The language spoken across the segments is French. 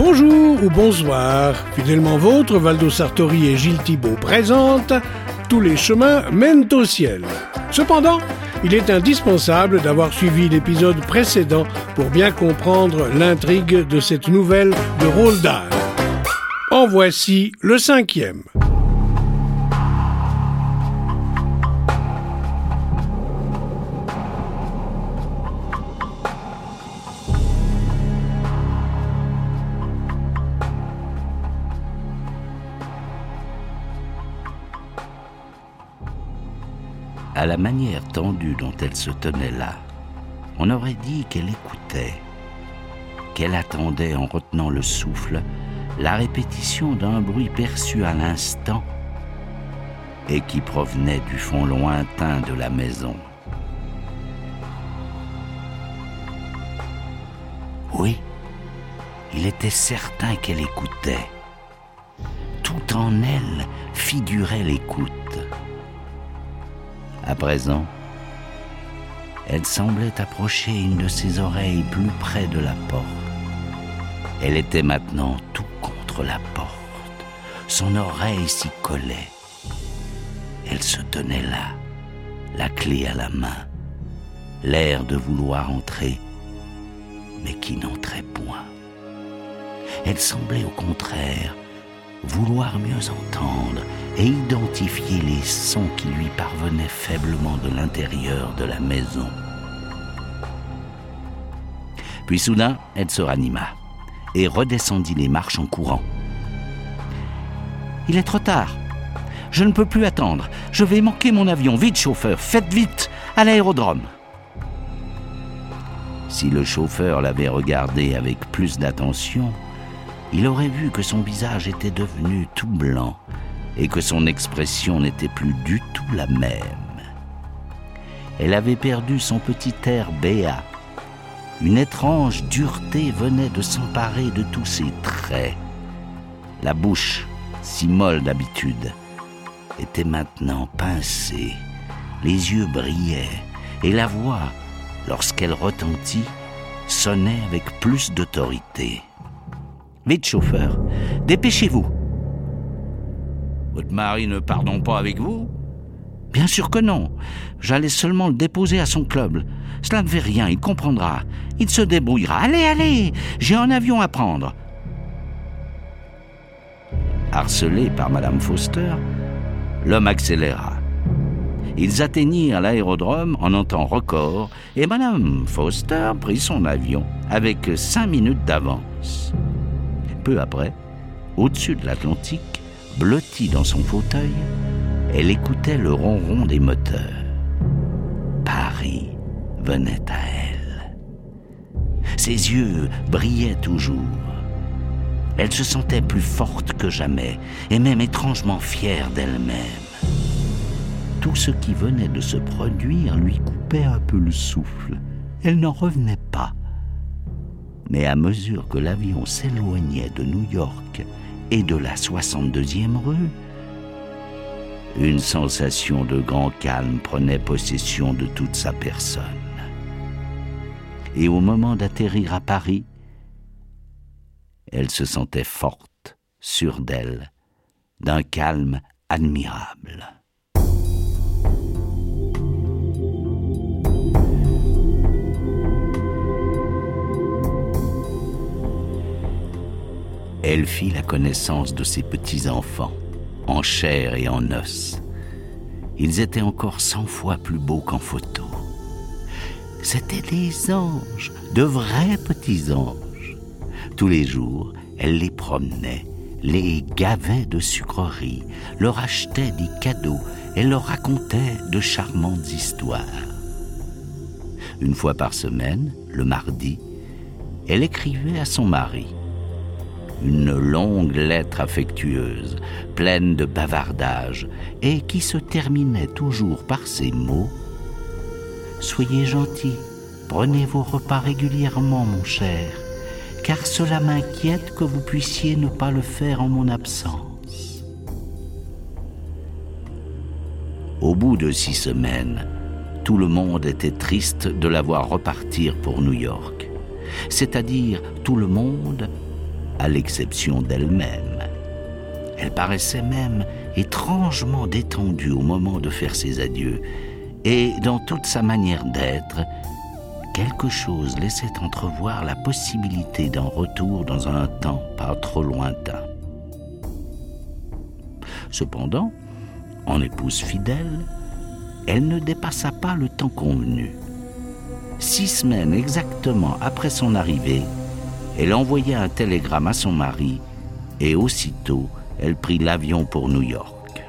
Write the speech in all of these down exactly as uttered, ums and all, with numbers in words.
Bonjour ou bonsoir, fidèlement vôtre, Valdo Sartori et Gilles Thibault présentent Tous les chemins mènent au ciel. Cependant, il est indispensable d'avoir suivi l'épisode précédent pour bien comprendre l'intrigue de cette nouvelle de Roald Dahl. En voici le cinquième. À la manière tendue dont elle se tenait là, on aurait dit qu'elle écoutait, qu'elle attendait en retenant le souffle la répétition d'un bruit perçu à l'instant et qui provenait du fond lointain de la maison. Oui, il était certain qu'elle écoutait. Tout en elle figurait l'écoute. À présent, elle semblait approcher une de ses oreilles plus près de la porte. Elle était maintenant tout contre la porte. Son oreille s'y collait. Elle se tenait là, la clé à la main, l'air de vouloir entrer, mais qui n'entrait point. Elle semblait au contraire vouloir mieux entendre et identifier les sons qui lui parvenaient faiblement de l'intérieur de la maison. Puis soudain, elle se ranima et redescendit les marches en courant. « Il est trop tard. Je ne peux plus attendre. Je vais manquer mon avion. Vite, chauffeur, faites vite, à l'aérodrome. » Si le chauffeur l'avait regardée avec plus d'attention, il aurait vu que son visage était devenu tout blanc et que son expression n'était plus du tout la même. Elle avait perdu son petit air béat. Une étrange dureté venait de s'emparer de tous ses traits. La bouche, si molle d'habitude, était maintenant pincée, les yeux brillaient et la voix, lorsqu'elle retentit, sonnait avec plus d'autorité. « Vite, chauffeur, dépêchez-vous. »« Votre mari ne part donc pas avec vous ?»« Bien sûr que non. J'allais seulement le déposer à son club. Cela ne fait rien, il comprendra. Il se débrouillera. Allez, allez, j'ai un avion à prendre. » Harcelé par Madame Foster, l'homme accéléra. Ils atteignirent l'aérodrome en un temps record et Madame Foster prit son avion avec cinq minutes d'avance. Peu après, au-dessus de l'Atlantique, blottie dans son fauteuil, elle écoutait le ronron des moteurs. Paris venait à elle. Ses yeux brillaient toujours. Elle se sentait plus forte que jamais et même étrangement fière d'elle-même. Tout ce qui venait de se produire lui coupait un peu le souffle. Elle n'en revenait pas. Mais à mesure que l'avion s'éloignait de New York et de la soixante-deuxième rue, une sensation de grand calme prenait possession de toute sa personne. Et au moment d'atterrir à Paris, elle se sentait forte, sûre d'elle, d'un calme admirable. Elle fit la connaissance de ses petits-enfants, en chair et en os. Ils étaient encore cent fois plus beaux qu'en photo. C'étaient des anges, de vrais petits-anges. Tous les jours, elle les promenait, les gavait de sucreries, leur achetait des cadeaux et leur racontait de charmantes histoires. Une fois par semaine, le mardi, elle écrivait à son mari une longue lettre affectueuse, pleine de bavardages, et qui se terminait toujours par ces mots : « Soyez gentil, prenez vos repas régulièrement, mon cher, car cela m'inquiète que vous puissiez ne pas le faire en mon absence. » Au bout de six semaines, tout le monde était triste de la voir repartir pour New York. C'est-à-dire tout le monde, à l'exception d'elle-même. Elle paraissait même étrangement détendue au moment de faire ses adieux, et dans toute sa manière d'être, quelque chose laissait entrevoir la possibilité d'un retour dans un temps pas trop lointain. Cependant, en épouse fidèle, elle ne dépassa pas le temps convenu. Six semaines exactement après son arrivée, elle envoya un télégramme à son mari et aussitôt, elle prit l'avion pour New York.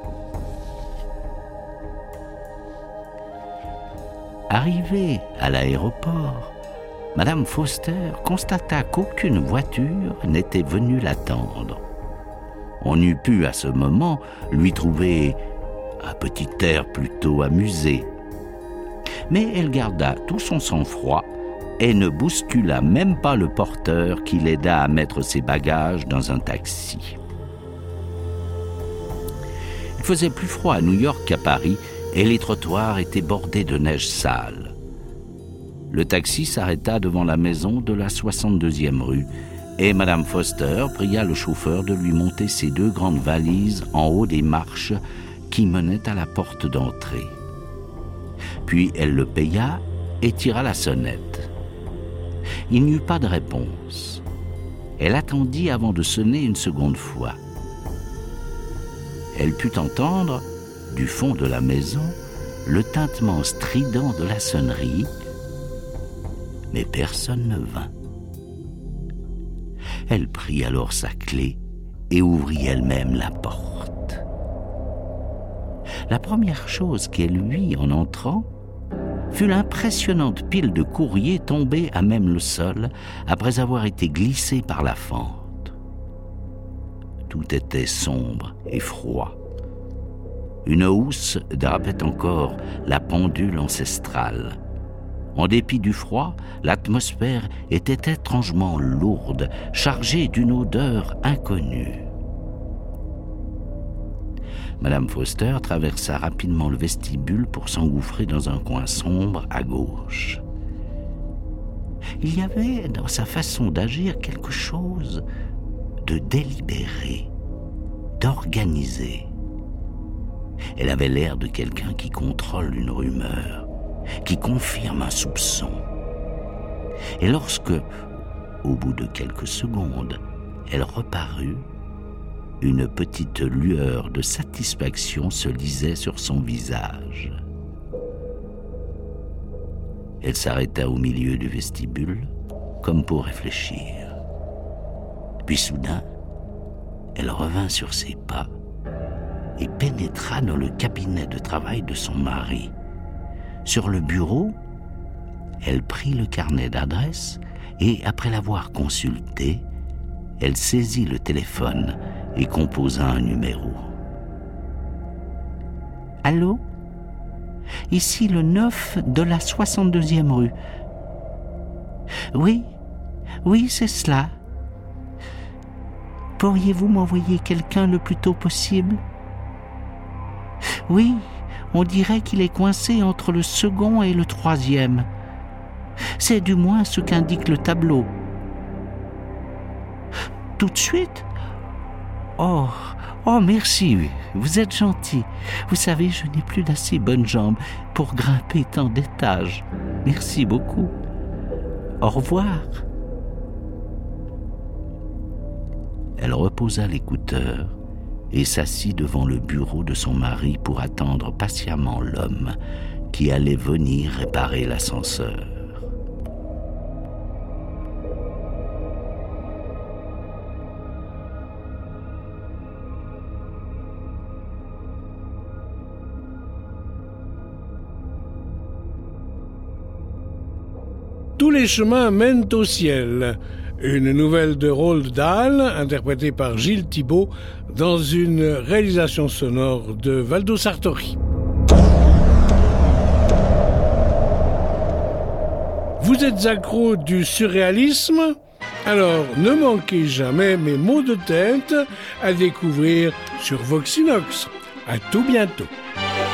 Arrivée à l'aéroport, Madame Foster constata qu'aucune voiture n'était venue l'attendre. On eût pu à ce moment lui trouver un petit air plutôt amusé. Mais elle garda tout son sang-froid et ne bouscula même pas le porteur qui l'aida à mettre ses bagages dans un taxi. Il faisait plus froid à New York qu'à Paris et les trottoirs étaient bordés de neige sale. Le taxi s'arrêta devant la maison de la soixante-deuxième rue et Madame Foster pria le chauffeur de lui monter ses deux grandes valises en haut des marches qui menaient à la porte d'entrée. Puis elle le paya et tira la sonnette. Il n'y eut pas de réponse. Elle attendit avant de sonner une seconde fois. Elle put entendre, du fond de la maison, le tintement strident de la sonnerie, mais personne ne vint. Elle prit alors sa clé et ouvrit elle-même la porte. La première chose qu'elle vit en entrant fut l'impressionnante pile de courrier tombée à même le sol après avoir été glissée par la fente. Tout était sombre et froid. Une housse drapait encore la pendule ancestrale. En dépit du froid, l'atmosphère était étrangement lourde, chargée d'une odeur inconnue. Madame Foster traversa rapidement le vestibule pour s'engouffrer dans un coin sombre à gauche. Il y avait dans sa façon d'agir quelque chose de délibéré, d'organisé. Elle avait l'air de quelqu'un qui contrôle une rumeur, qui confirme un soupçon. Et lorsque, au bout de quelques secondes, elle reparut, une petite lueur de satisfaction se lisait sur son visage. Elle s'arrêta au milieu du vestibule, comme pour réfléchir. Puis soudain, elle revint sur ses pas et pénétra dans le cabinet de travail de son mari. Sur le bureau, elle prit le carnet d'adresses et, après l'avoir consulté, elle saisit le téléphone et composa un numéro. « Allô ? Ici le neuf de la soixante-deuxième rue. Oui, oui, c'est cela. Pourriez-vous m'envoyer quelqu'un le plus tôt possible ? Oui, on dirait qu'il est coincé entre le second et le troisième. C'est du moins ce qu'indique le tableau. Tout de suite ? Oh, oh, merci, vous êtes gentil. Vous savez, je n'ai plus d'assez bonnes jambes pour grimper tant d'étages. Merci beaucoup. Au revoir. Elle reposa l'écouteur et s'assit devant le bureau de son mari pour attendre patiemment l'homme qui allait venir réparer l'ascenseur. Tous les chemins mènent au ciel. Une nouvelle de Roald Dahl, interprétée par Gilles Thibault, dans une réalisation sonore de Valdo Sartori. Vous êtes accro du surréalisme ? Alors ne manquez jamais mes mots de tête à découvrir sur Voxinox. À tout bientôt.